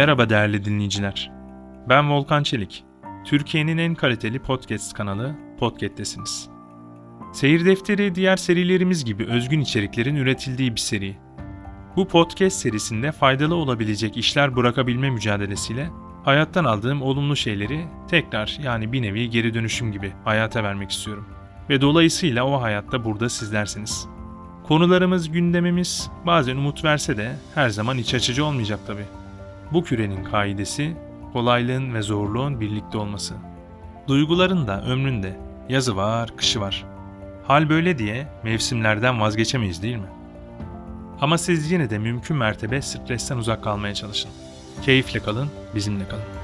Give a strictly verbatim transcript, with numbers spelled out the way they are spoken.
Merhaba değerli dinleyiciler. Ben Volkan Çelik. Türkiye'nin en kaliteli podcast kanalı Podcast'tesiniz. Seyir Defteri diğer serilerimiz gibi özgün içeriklerin üretildiği bir seri. Bu podcast serisinde faydalı olabilecek işler bırakabilme mücadelesiyle hayattan aldığım olumlu şeyleri tekrar yani bir nevi geri dönüşüm gibi hayata vermek istiyorum. Ve dolayısıyla o hayatta burada sizlersiniz. Konularımız, gündemimiz bazen umut verse de her zaman iç açıcı olmayacak tabii. Bu kürenin kaidesi kolaylığın ve zorluğun birlikte olması. Duyguların da ömründe yazı var, kışı var. Hal böyle diye mevsimlerden vazgeçemeyiz değil mi? Ama siz yine de mümkün mertebe stresten uzak kalmaya çalışın. Keyifle kalın, bizimle kalın.